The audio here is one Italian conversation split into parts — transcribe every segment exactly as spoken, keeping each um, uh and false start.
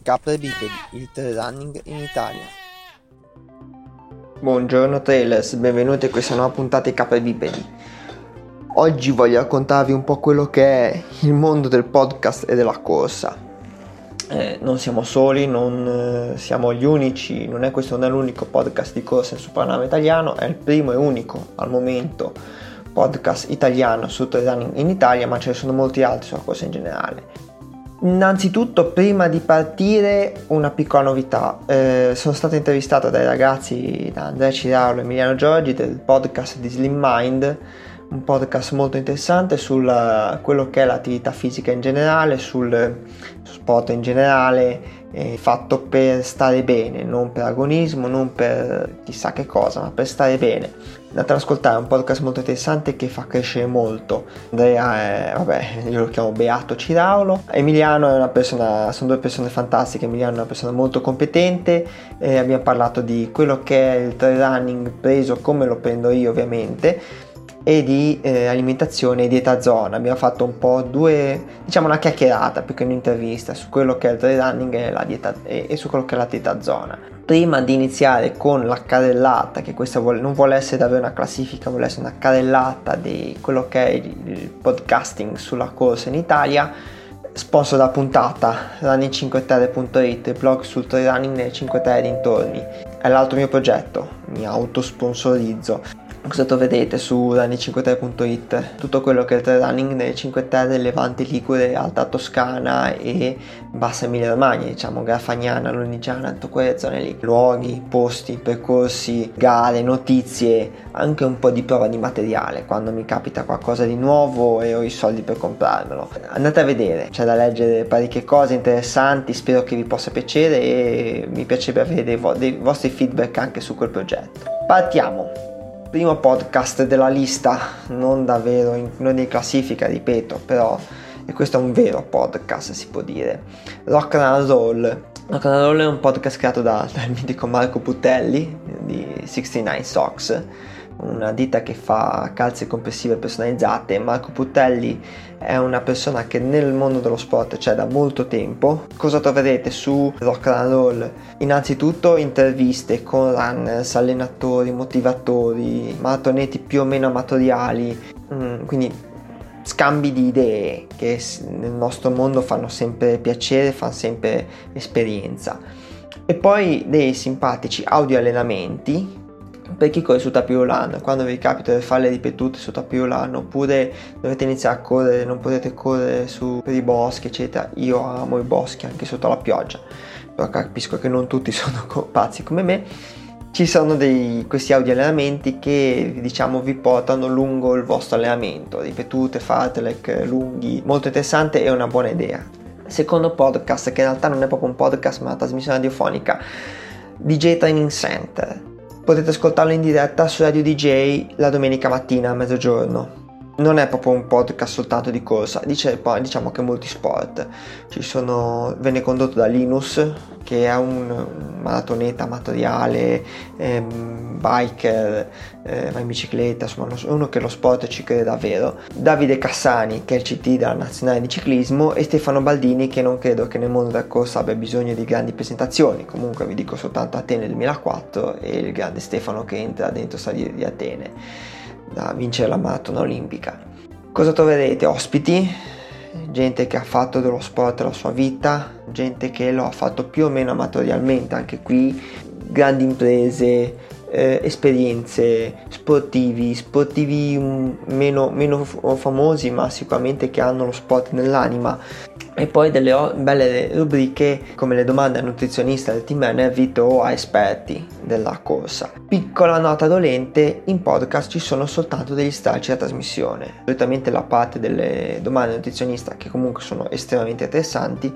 Capre bipedi, il trail running in Italia. Buongiorno trailers, benvenuti a questa nuova puntata di Capre bipedi. Oggi voglio raccontarvi un po' quello che è il mondo del podcast e della corsa. Eh, non siamo soli, non eh, siamo gli unici, non è questo non è l'unico podcast di corsa in panorama italiano, è il primo e unico al momento podcast italiano su trail running in Italia, ma ce ne sono molti altri sulla corsa in generale. Innanzitutto, prima di partire, una piccola novità. Eh, sono stato intervistato dai ragazzi, da Andrea Ciraulo e Emiliano Giorgi, del podcast di Slim Mind, un podcast molto interessante su quello che è l'attività fisica in generale, sul sport in generale, eh, fatto per stare bene, non per agonismo, non per chissà che cosa, ma per stare bene. Andate ad ascoltare, è un podcast molto interessante che fa crescere molto. Andrea è, vabbè, io lo chiamo Beato Ciraulo. Emiliano è una persona, sono due persone fantastiche. Emiliano è una persona molto competente. Eh, abbiamo parlato di quello che è il trail running preso come lo prendo io, ovviamente, e di eh, alimentazione e dieta zona. Abbiamo fatto un po' due, diciamo una chiacchierata più che un'intervista su quello che è il trail running e, la dieta, e, e su quello che è la dieta zona. Prima di iniziare con la carrellata, che questa vuole, non vuole essere davvero una classifica, vuole essere una carrellata di quello che è il, il podcasting sulla corsa in Italia, sponsor da puntata running cinque terre punto it, il blog sul trail running nelle cinque terre dintorni. È l'altro mio progetto, mi autosponsorizzo. Cosa troverete su running cinque terre punto it? Tutto quello che è il trail running nelle cinque terre, Levante Ligure, Alta Toscana e Bassa Emilia Romagna, diciamo Graffagnana, Lunigiana, tutte quelle zone lì. Luoghi, posti, percorsi, gare, notizie, anche un po' di prova di materiale quando mi capita qualcosa di nuovo e ho i soldi per comprarmelo. Andate a vedere, c'è da leggere parecchie cose interessanti, spero che vi possa piacere e mi piacerebbe avere dei, vo- dei vostri feedback anche su quel progetto. Partiamo! Primo podcast della lista, non davvero in, non in classifica, ripeto, però e questo è un vero podcast, si può dire. Rock and Roll. Rock and Roll è un podcast creato da, dal mitico Marco Putelli di sessantanove Socks, una ditta che fa calze compressive personalizzate. Marco Putelli è una persona che nel mondo dello sport c'è da molto tempo. Cosa troverete su Rock and Roll? Innanzitutto interviste con runners, allenatori, motivatori, maratoneti più o meno amatoriali, mm, quindi scambi di idee che nel nostro mondo fanno sempre piacere, fanno sempre esperienza. E poi dei simpatici audio allenamenti per chi corre su tapiolano. Quando vi capita di fare le ripetute su tapiolano oppure dovete iniziare a correre, non potete correre su per i boschi eccetera. Io amo i boschi anche sotto la pioggia, però capisco che non tutti sono pazzi come me. Ci sono dei, questi audio allenamenti che diciamo vi portano lungo il vostro allenamento, ripetute, fartlek lunghi, molto interessante e una buona idea. Secondo podcast, che in realtà non è proprio un podcast ma una trasmissione radiofonica, D J Training Center. Potete ascoltarlo in diretta su Radio D J la domenica mattina a mezzogiorno. Non è proprio un podcast soltanto di corsa, dice, diciamo che multisport. Ci sono, venne condotto da Linus, che è un, un maratoneta amatoriale, ehm, biker, eh, va in bicicletta, insomma uno che lo sport ci crede davvero. Davide Cassani, che è il C T della nazionale di ciclismo, e Stefano Baldini, che non credo che nel mondo della corsa abbia bisogno di grandi presentazioni. Comunque vi dico soltanto Atene duemilaquattro e il grande Stefano che entra dentro stadio di Atene da vincere la maratona olimpica. Cosa troverete? Ospiti, gente che ha fatto dello sport la sua vita, gente che lo ha fatto più o meno amatorialmente, anche qui grandi imprese, eh, esperienze sportivi, sportivi meno, meno famosi ma sicuramente che hanno lo sport nell'anima. E poi delle o- belle rubriche come le domande al nutrizionista del team Enervit o a esperti della corsa. Piccola nota dolente, in podcast ci sono soltanto degli stralci da trasmissione. Solitamente la parte delle domande al nutrizionista, che comunque sono estremamente interessanti,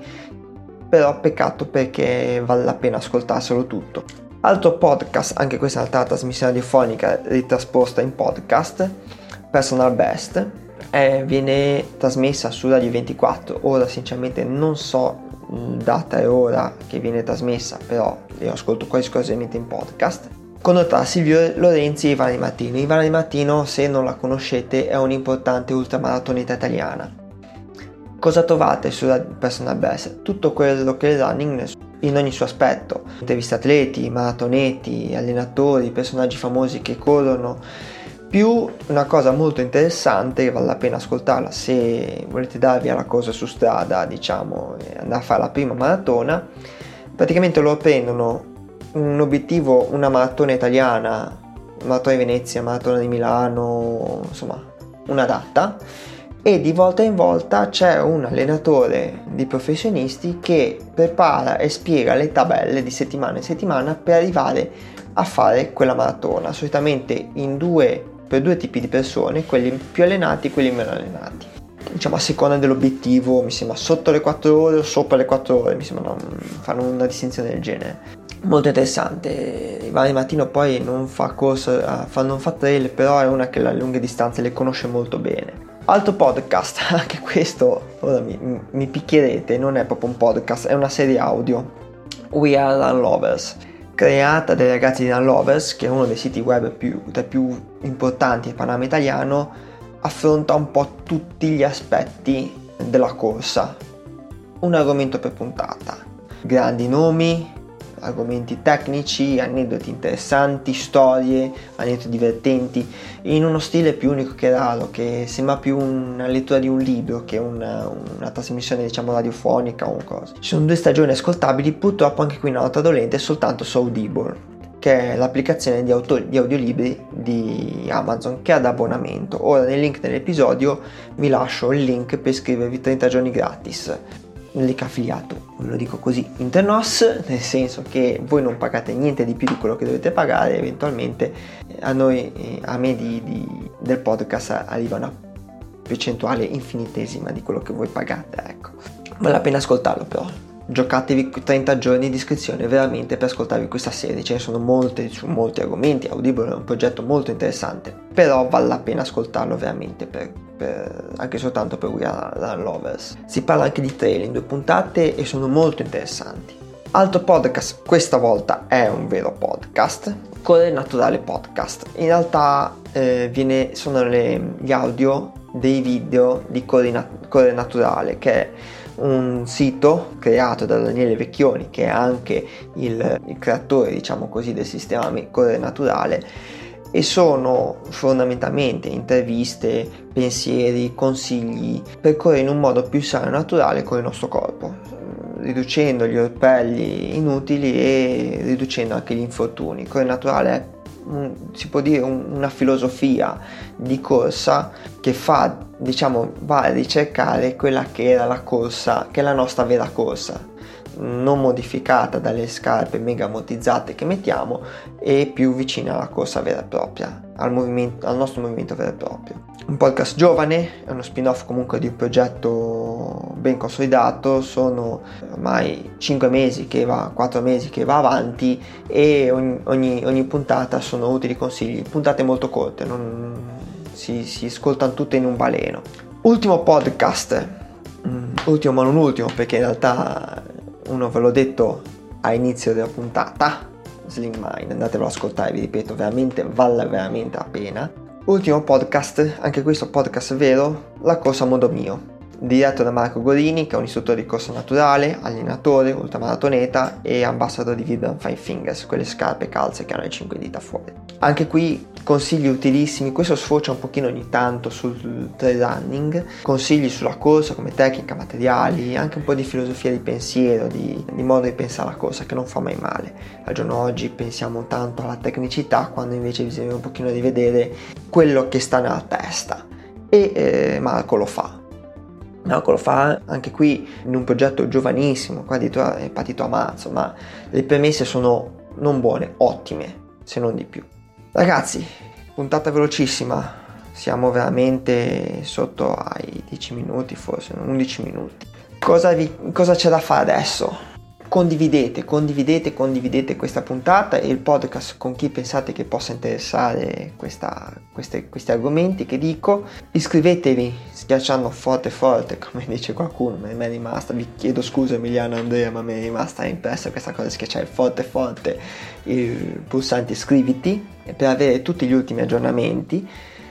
però peccato perché vale la pena ascoltarselo tutto. Altro podcast, anche questa è un'altra trasmissione radiofonica ritrasposta in podcast, Personal Best. Eh, viene trasmessa su Radio ventiquattro, ora sinceramente non so data e ora che viene trasmessa, però io ascolto quasi esclusivamente in podcast, condotta da Silvio Lorenzi e Ivana Di Martino. Ivana Di Martino, se non la conoscete, è un'importante ultramaratoneta italiana. Cosa trovate sulla personal best? Tutto quello che è il running in ogni suo aspetto, interviste atleti, maratoneti, allenatori, personaggi famosi che corrono, più una cosa molto interessante che vale la pena ascoltarla se volete darvi alla cosa su strada, diciamo, e andare a fare la prima maratona. Praticamente loro prendono un obiettivo, una maratona italiana, maratona di Venezia, maratona di Milano, insomma una data, e di volta in volta c'è un allenatore di professionisti che prepara e spiega le tabelle di settimana in settimana per arrivare a fare quella maratona, solitamente in due, per due tipi di persone, quelli più allenati e quelli meno allenati. Diciamo a seconda dell'obiettivo, mi sembra sotto le quattro ore o sopra le quattro ore, mi sembra fanno una distinzione del genere. Molto interessante. Ivano Martino poi non fa corsa, fa, non fa trail, però è una che le lunghe distanze le conosce molto bene. Altro podcast, anche questo, ora mi, mi picchierete, non è proprio un podcast, è una serie audio, We Are Run Lovers, creata dai ragazzi di Run Lovers, che è uno dei siti web più, tra i più importanti del panorama italiano. Affronta un po' tutti gli aspetti della corsa, un argomento per puntata, grandi nomi, argomenti tecnici, aneddoti interessanti, storie, aneddoti divertenti, in uno stile più unico che raro, che sembra più una lettura di un libro che una, una trasmissione, diciamo, radiofonica o cosa. Ci sono due stagioni ascoltabili, purtroppo anche qui una nota dolente, è soltanto su Audible, che è l'applicazione di, auto, di audiolibri di Amazon, che è ad abbonamento. Ora nel link dell'episodio vi lascio il link per iscrivervi trenta giorni gratis. Link affiliato, ve lo dico così internos, nel senso che voi non pagate niente di più di quello che dovete pagare, eventualmente a noi, a me di, di, del podcast arriva una percentuale infinitesima di quello che voi pagate, ecco. Vale la pena ascoltarlo però. Giocatevi trenta giorni di iscrizione veramente per ascoltarvi questa serie, ce ne sono molte su molti argomenti. Audible è un progetto molto interessante, però vale la pena ascoltarlo veramente per, per, anche soltanto per We Are Run Lovers. Si parla anche di trail in due puntate e sono molto interessanti. Altro podcast, questa volta è un vero podcast, Correre Naturale Podcast. In realtà eh, viene, sono le, gli audio dei video di Correre Correre Naturale, che è un sito creato da Daniele Vecchioni, che è anche il, il creatore, diciamo così, del sistema Correre Naturale, e sono fondamentalmente interviste, pensieri, consigli per correre in un modo più sano e naturale con il nostro corpo, riducendo gli orpelli inutili e riducendo anche gli infortuni. Correre Naturale è un, si può dire un, una filosofia di corsa che fa, diciamo, va a ricercare quella che era la corsa, che è la nostra vera corsa, non modificata dalle scarpe mega ammortizzate che mettiamo, e più vicina alla corsa vera e propria, al movimento, al nostro movimento vero e proprio. Un podcast giovane, è uno spin-off comunque di un progetto ben consolidato, sono ormai cinque mesi che va, quattro mesi che va avanti, e ogni, ogni, ogni puntata sono utili consigli, puntate molto corte, non si, si ascoltano tutte in un baleno. Ultimo podcast, mm, ultimo ma non ultimo, perché in realtà uno ve l'ho detto a inizio della puntata, Slim Mind, andatevelo ad ascoltare, vi ripeto, veramente vale veramente la pena. Ultimo podcast, anche questo podcast vero, La corsa a modo mio, diretto da Marco Gorini, che è un istruttore di corsa naturale, allenatore, ultramaratoneta e ambassador di Vibram Five Fingers, quelle scarpe calze che hanno le cinque dita fuori. Anche qui consigli utilissimi, questo sfocia un pochino ogni tanto sul trail running, consigli sulla corsa come tecnica, materiali, anche un po' di filosofia di pensiero, di, di modo di pensare alla corsa, che non fa mai male. Al giorno oggi pensiamo tanto alla tecnicità, quando invece bisogna un pochino rivedere quello che sta nella testa, e eh, Marco lo fa. Marco lo fa anche qui in un progetto giovanissimo, qua addirittura è partito a marzo, ma le premesse sono non buone, ottime, se non di più. Ragazzi, puntata velocissima, siamo veramente sotto ai dieci minuti, forse undici minuti. Cosa, vi, cosa c'è da fare adesso? Condividete, condividete, condividete questa puntata e il podcast con chi pensate che possa interessare questa, queste, questi argomenti che dico. Iscrivetevi schiacciando forte forte, come dice qualcuno, mi è rimasta, vi chiedo scusa Emiliano Andrea, ma mi è rimasta impressa questa cosa, schiacciare forte forte il pulsante iscriviti per avere tutti gli ultimi aggiornamenti.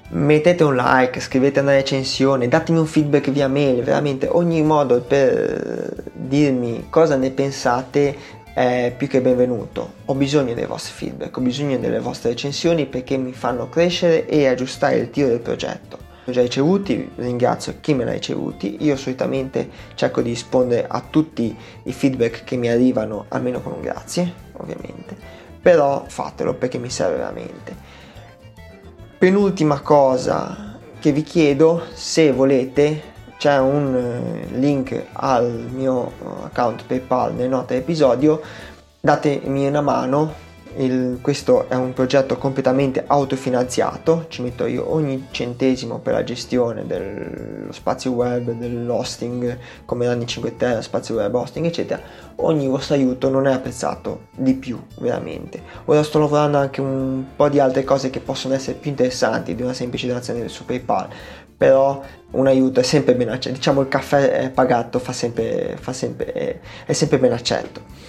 mettete un like, scrivete una recensione, datemi un feedback via mail, veramente ogni modo per dirmi cosa ne pensate è più che benvenuto. Ho bisogno dei vostri feedback, ho bisogno delle vostre recensioni perché mi fanno crescere e aggiustare il tiro del progetto. Ho già ricevuti, ringrazio chi me l'ha ricevuti, io solitamente cerco di rispondere a tutti i feedback che mi arrivano, almeno con un grazie, ovviamente, però fatelo perché mi serve veramente. Penultima cosa che vi chiedo, se volete, c'è un link al mio account PayPal nelle note dell'episodio, datemi una mano. Il, questo è un progetto completamente autofinanziato, ci metto io ogni centesimo per la gestione dello spazio web, dell'hosting come anni cinque Terra, spazio web, hosting eccetera. Ogni vostro aiuto non è apprezzato di più, veramente. Ora sto lavorando anche un po' di altre cose che possono essere più interessanti di una semplice donazione su PayPal, però un aiuto è sempre ben accetto, diciamo il caffè è pagato fa sempre, fa sempre, è, è sempre ben accetto.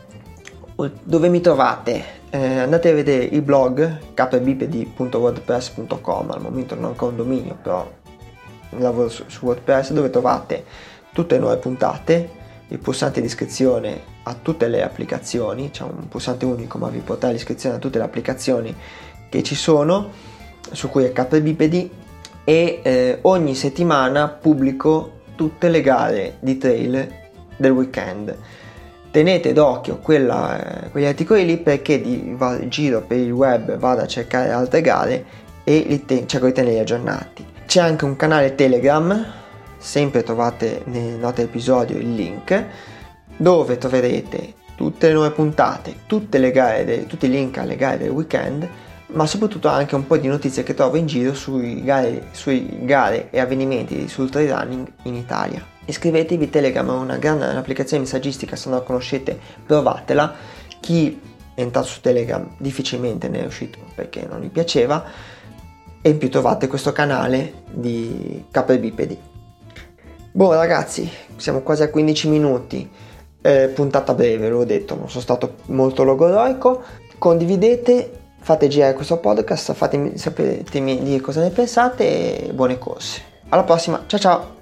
Dove mi trovate? Eh, andate a vedere il blog capebipedi punto wordpress punto com, al momento non ho ancora un dominio, però lavoro su, su WordPress, dove trovate tutte le nuove puntate, il pulsante di iscrizione a tutte le applicazioni, c'è un pulsante unico ma vi porta l'iscrizione a tutte le applicazioni che ci sono, su cui è Capebipedi, e eh, ogni settimana pubblico tutte le gare di trail del weekend. Tenete d'occhio quella, quegli articoli lì perché di va, giro per il web, vado a cercare altre gare e li te, cerco di tenerli aggiornati. C'è anche un canale Telegram, sempre trovate nelle note dell'episodio il link, dove troverete tutte le nuove puntate, tutte le gare, de, tutti i link alle gare del weekend, ma soprattutto anche un po' di notizie che trovo in giro sui gare, sui gare e avvenimenti sul trail running in Italia. Iscrivetevi, Telegram è una grande un'applicazione messaggistica, se non la conoscete provatela. Chi è entrato su Telegram difficilmente ne è uscito perché non gli piaceva, e in più trovate questo canale di Capebipedi. Boh ragazzi, siamo quasi a quindici minuti, eh, puntata breve, l'ho detto, non sono stato molto logoroico. Condividete, fate girare questo podcast, fatemi, sapetemi dire cosa ne pensate e buone corse. Alla prossima, ciao ciao!